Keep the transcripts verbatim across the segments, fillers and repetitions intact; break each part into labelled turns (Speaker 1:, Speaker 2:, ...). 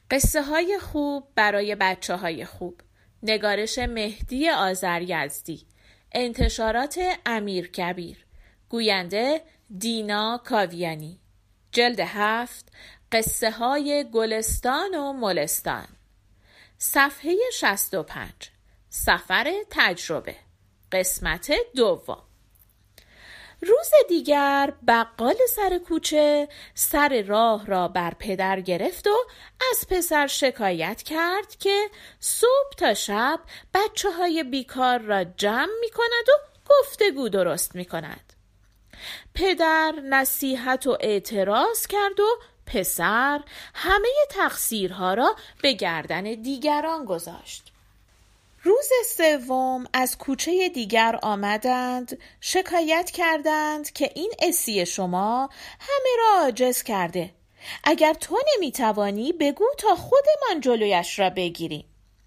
Speaker 1: قصه های خوب برای بچه های خوب. نگارش مهدی آذریزدی. انتشارات امیرکبیر. گوینده دینا کاویانی. جلد هفت. قصه های گلستان و ملستان. صفحه شصت و پنج. سفر تجربه. قسمت دوم. روز دیگر بقال سر کوچه سر راه را بر پدر گرفت و از پسر شکایت کرد که صبح تا شب بچه های بیکار را جمع می کند و گفتگو درست می کند. پدر نصیحت و اعتراض کرد و پسر همه تقصیرها را به گردن دیگران گذاشت. روز سوم از کوچه دیگر آمدند، شکایت کردند که این اسی شما همه را عاجز کرده. اگر تو نمیتوانی بگو تا خودمان جلویش را بگیریم.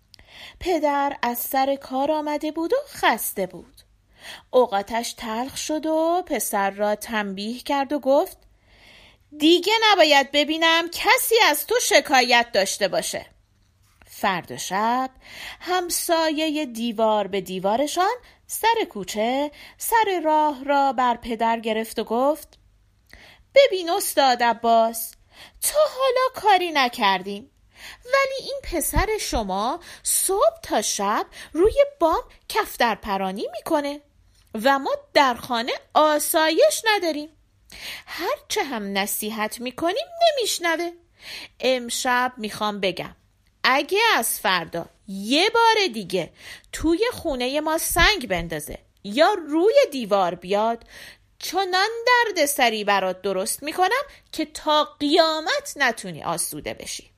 Speaker 1: پدر از سر کار آمده بود و خسته بود. اوقاتش تلخ شد و پسر را تنبیه کرد و گفت دیگه نباید ببینم کسی از تو شکایت داشته باشه. فردا شب همسایه دیوار به دیوارشان سر کوچه سر راه را بر پدر گرفت و گفت ببین استاد عباس، تا حالا کاری نکردیم ولی این پسر شما صبح تا شب روی بام کفتر پرانی میکنه و ما در خانه آسایش نداریم. هرچه هم نصیحت میکنیم نمیشنوه. امشب میخوام بگم اگه از فردا یه بار دیگه توی خونه ما سنگ بندازه یا روی دیوار بیاد چنان درد سری برات درست میکنم که تا قیامت نتونی آسوده بشی.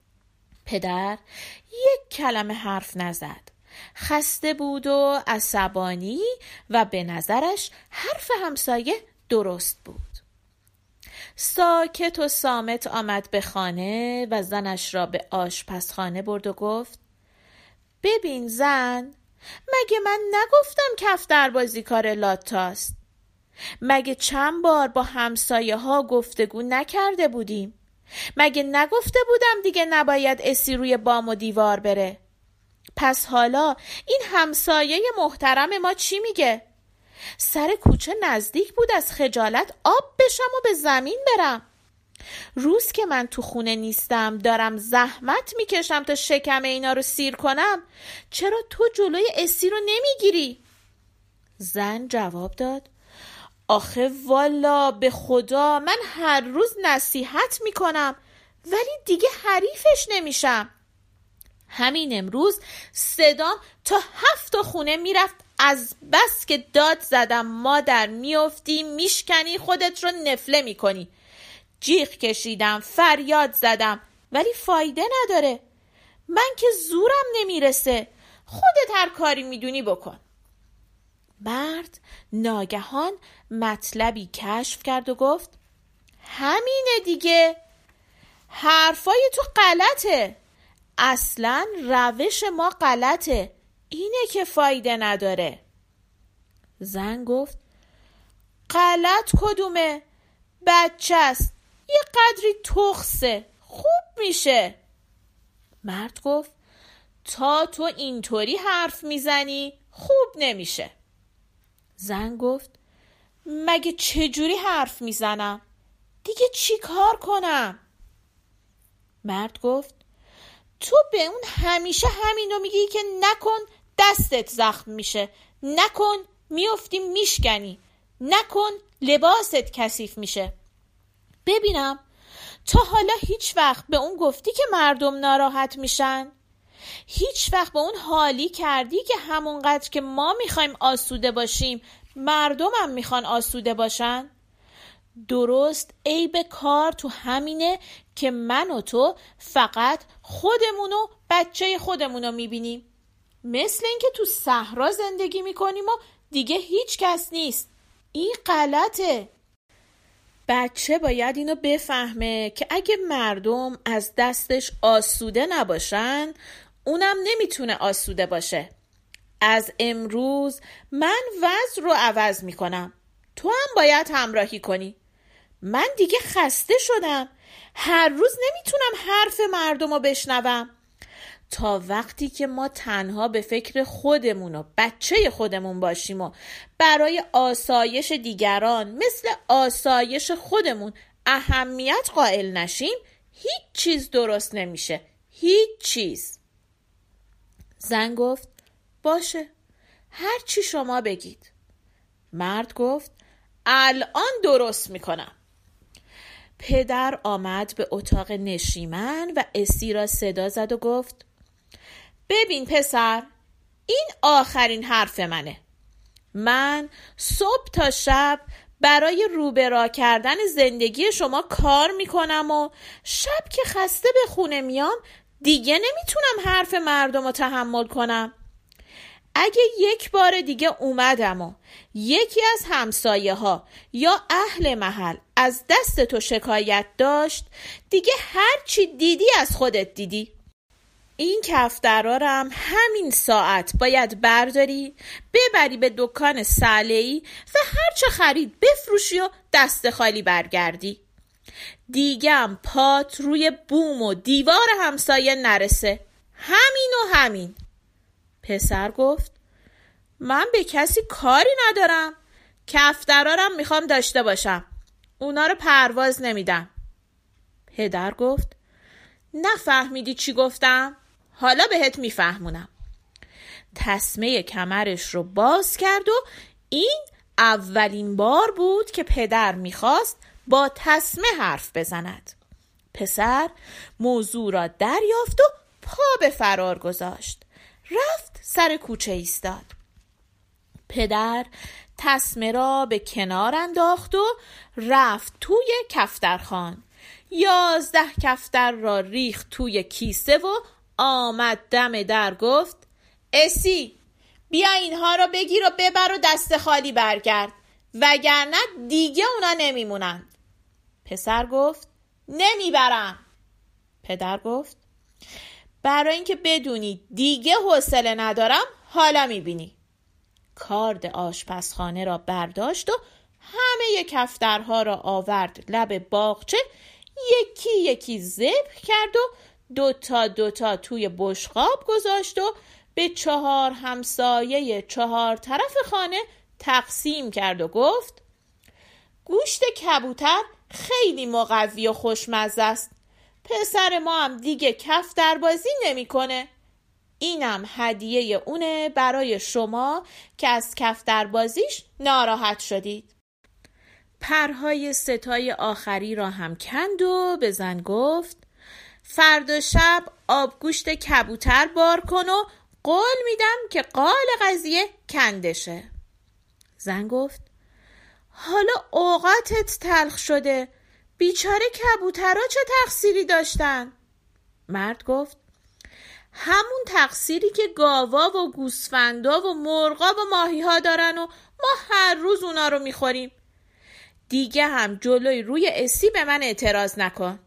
Speaker 1: پدر یک کلمه حرف نزد. خسته بود و عصبانی و به نظرش حرف همسایه درست بود. ساکت و صامت آمد به خانه و زنش را به آشپزخانه برد و گفت ببین زن، مگه من نگفتم کفتر بازی کار لاتاست؟ مگه چند بار با همسایه ها گفتگو نکرده بودیم؟ مگه نگفته بودم دیگه نباید اسی روی بام و دیوار بره؟ پس حالا این همسایه محترم ما چی میگه؟ سر کوچه نزدیک بود از خجالت آب بشم و به زمین برم. روز که من تو خونه نیستم دارم زحمت میکشم تا شکم اینا رو سیر کنم، چرا تو جلوی اسی رو نمیگیری؟ زن جواب داد آخه والا به خدا من هر روز نصیحت میکنم ولی دیگه حریفش نمیشم. همین امروز صدام تا هفت خونه میرفت، از بس که داد زدم مادر میافتی میشکنی خودت رو نفله میکنی. جیغ کشیدم، فریاد زدم ولی فایده نداره. من که زورم نمیرسه، خودت هر کاری میدونی بکن. مرد ناگهان مطلبی کشف کرد و گفت همینه دیگه، حرفای تو غلطه، اصلا روش ما غلطه، اینه که فایده نداره. زن گفت غلط کدومه؟ بچه است، یه قدری تخصه، خوب میشه. مرد گفت تا تو اینطوری حرف میزنی خوب نمیشه. زن گفت مگه چجوری حرف میزنم؟ دیگه چی کار کنم؟ مرد گفت تو به اون همیشه همینو میگی که نکن دستت زخم میشه، نکن میافتی میشکنی، نکن لباست کثیف میشه. ببینم تا حالا هیچ وقت به اون گفتی که مردم ناراحت میشن؟ هیچ وقت به اون حالی کردی که همونقدر که ما میخوایم آسوده باشیم مردم هم میخوان آسوده باشن؟ درست عیب کار تو همینه که من و تو فقط خودمونو بچه خودمونو میبینیم، مثل اینکه تو صحرا زندگی میکنیم و دیگه هیچ کس نیست. این غلطه. بچه باید اینو بفهمه که اگه مردم از دستش آسوده نباشن اونم نمیتونه آسوده باشه. از امروز من وضع رو عوض میکنم، تو هم باید همراهی کنی. من دیگه خسته شدم، هر روز نمیتونم حرف مردم رو بشنوم. تا وقتی که ما تنها به فکر خودمون و بچه خودمون باشیم و برای آسایش دیگران مثل آسایش خودمون اهمیت قائل نشیم، هیچ چیز درست نمیشه. هیچ چیز. زن گفت باشه، هر چی شما بگید. مرد گفت الان درست میکنم. پدر آمد به اتاق نشیمن و اسی را صدا زد و گفت ببین پسر، این آخرین حرف منه. من صبح تا شب برای روبرا کردن زندگی شما کار میکنم و شب که خسته به خونه میام دیگه نمیتونم حرف مردم رو تحمل کنم. اگه یک بار دیگه اومدم و یکی از همسایه ها یا اهل محل از دست تو شکایت داشت، دیگه هر چی دیدی از خودت دیدی. این کفترارم همین ساعت باید برداری ببری به دکان صالحی و هر چه خرید بفروشی و دست خالی برگردی. دیگه هم پات روی بوم و دیوار همسایه نرسه. همین و همین. پسر گفت من به کسی کاری ندارم. کفترارم میخوام داشته باشم. اونا رو پرواز نمیدم. پدر گفت نفهمیدی چی گفتم؟ حالا بهت میفهمونم. تسمه کمرش رو باز کرد و این اولین بار بود که پدر میخواست با تسمه حرف بزند. پسر موضوع را دریافت و پا به فرار گذاشت. رفت سر کوچه ایستاد. پدر تسمه را به کنار انداخت و رفت توی کفترخان. یازده کفتر را ریخت توی کیسه و آمد دم در گفت اسی بیا اینها را بگیر و ببر و دست خالی برگرد، وگرنه دیگه اونا نمیمونند. پسر گفت نمیبرم. پدر گفت برای اینکه بدونی دیگه حوصله ندارم حالا میبینی. کارد آشپزخانه را برداشت و همه کفترها را آورد لب باغچه، یکی یکی ذبح کرد و دوتا دوتا توی بشقاب گذاشت و به چهار همسایه چهار طرف خانه تقسیم کرد و گفت گوشت کبوتر خیلی مقوی و خوشمزه است. پسر ما هم دیگه کفتر بازی نمیکنه. اینم هدیه اونه برای شما که از کفتر بازیش ناراحت شدید. پرهای ستای آخری را هم کند و به زن گفت فردا شب آبگوشت کبوتر بار کن و قول میدم که قال قضیه کندشه. زن گفت حالا اوقاتت تلخ شده، بیچاره کبوترها چه تقصیری داشتن؟ مرد گفت همون تقصیری که گاوا و گوسفندا و مرغا و ماهی ها دارن و ما هر روز اونا رو میخوریم. دیگه هم جلوی روی اسی به من اعتراض نکن.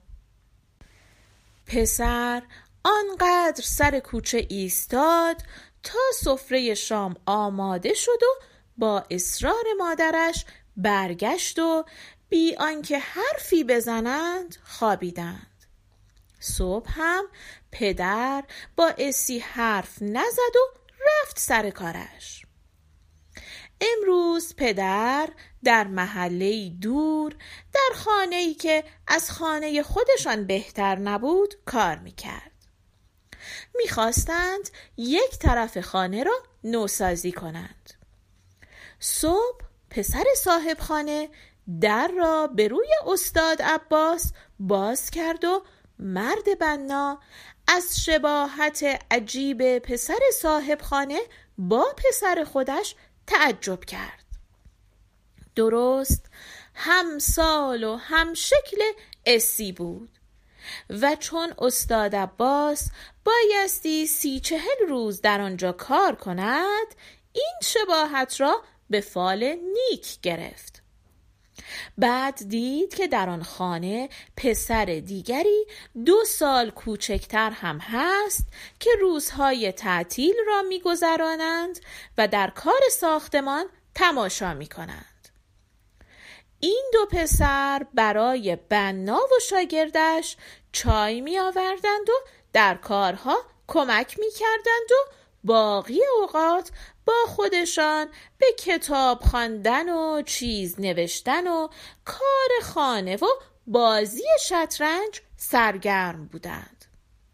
Speaker 1: پسر آنقدر سر کوچه ایستاد تا سفره شام آماده شد و با اصرار مادرش برگشت و بی آنکه حرفی بزنند خوابیدند. صبح هم پدر با اسی حرف نزد و رفت سر کارش. امروز پدر در محله‌ای دور در خانه‌ای که از خانه خودشان بهتر نبود کار میکرد. میخواستند یک طرف خانه را نوسازی کنند. صبح پسر صاحب خانه در را به روی استاد عباس باز کرد و مرد بنا از شباهت عجیب پسر صاحب خانه با پسر خودش تعجب کرد. درست هم سال و هم شکل اسی بود و چون استاد عباس بایستی سی چهل روز در آنجا کار کند، این شباهت را به فال نیک گرفت. بعد دید که در آن خانه پسر دیگری دو سال کوچکتر هم هست که روزهای تعطیل را می‌گذرانند و در کار ساختمان تماشا می‌کنند. این دو پسر برای بنا و شاگردش چای می آوردند و در کارها کمک می کردند و باقی اوقات با خودشان به کتاب خواندن و چیز نوشتن و کار خانه و بازی شطرنج سرگرم بودند.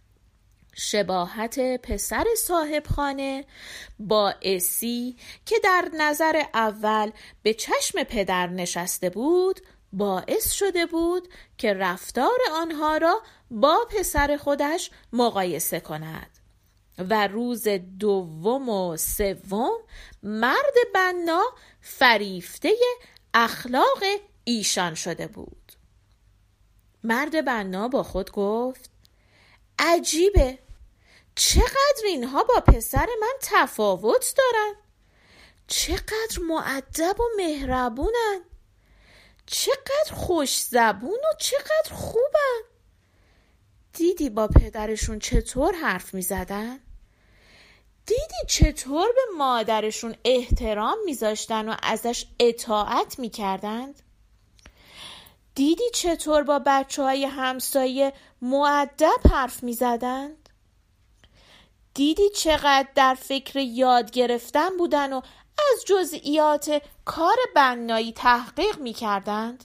Speaker 1: شباهت پسر صاحب خانه با عصی که در نظر اول به چشم پدر نشسته بود باعث شده بود که رفتار آنها را با پسر خودش مقایسه کند و روز دوم و سوم مرد بنا فریفته اخلاق ایشان شده بود. مرد بنا با خود گفت عجیبه، چقدر اینها با پسر من تفاوت دارن، چقدر مؤدب و مهربونن، چقدر خوش زبون و چقدر خوبن. دیدی با پدرشون چطور حرف می زدن؟ دیدی چطور به مادرشون احترام می ذاشتن و ازش اطاعت می کردند؟ دیدی چطور با بچه های همسایه مؤدب حرف می زدند؟ دیدی چقدر در فکر یاد گرفتن بودن و از جزئیات کار بنایی تحقیق می کردند؟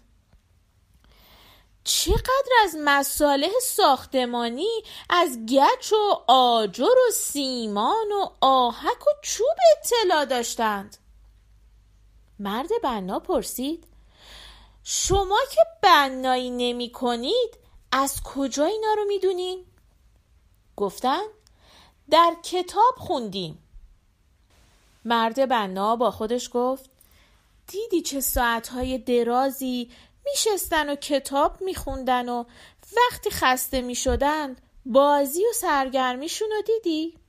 Speaker 1: چقدر از مصالح ساختمانی از گچ و آجر و سیمان و آهک و چوب اطلاع داشتند؟ مرد بنا پرسید شما که بنایی نمی کنید از کجا اینا رو می دونین؟ گفتن در کتاب خوندیم. مرد بنا با خودش گفت دیدی چه ساعتهای درازی میشستن و کتاب میخوندن و وقتی خسته میشدن بازی و سرگرمیشون رو دیدی؟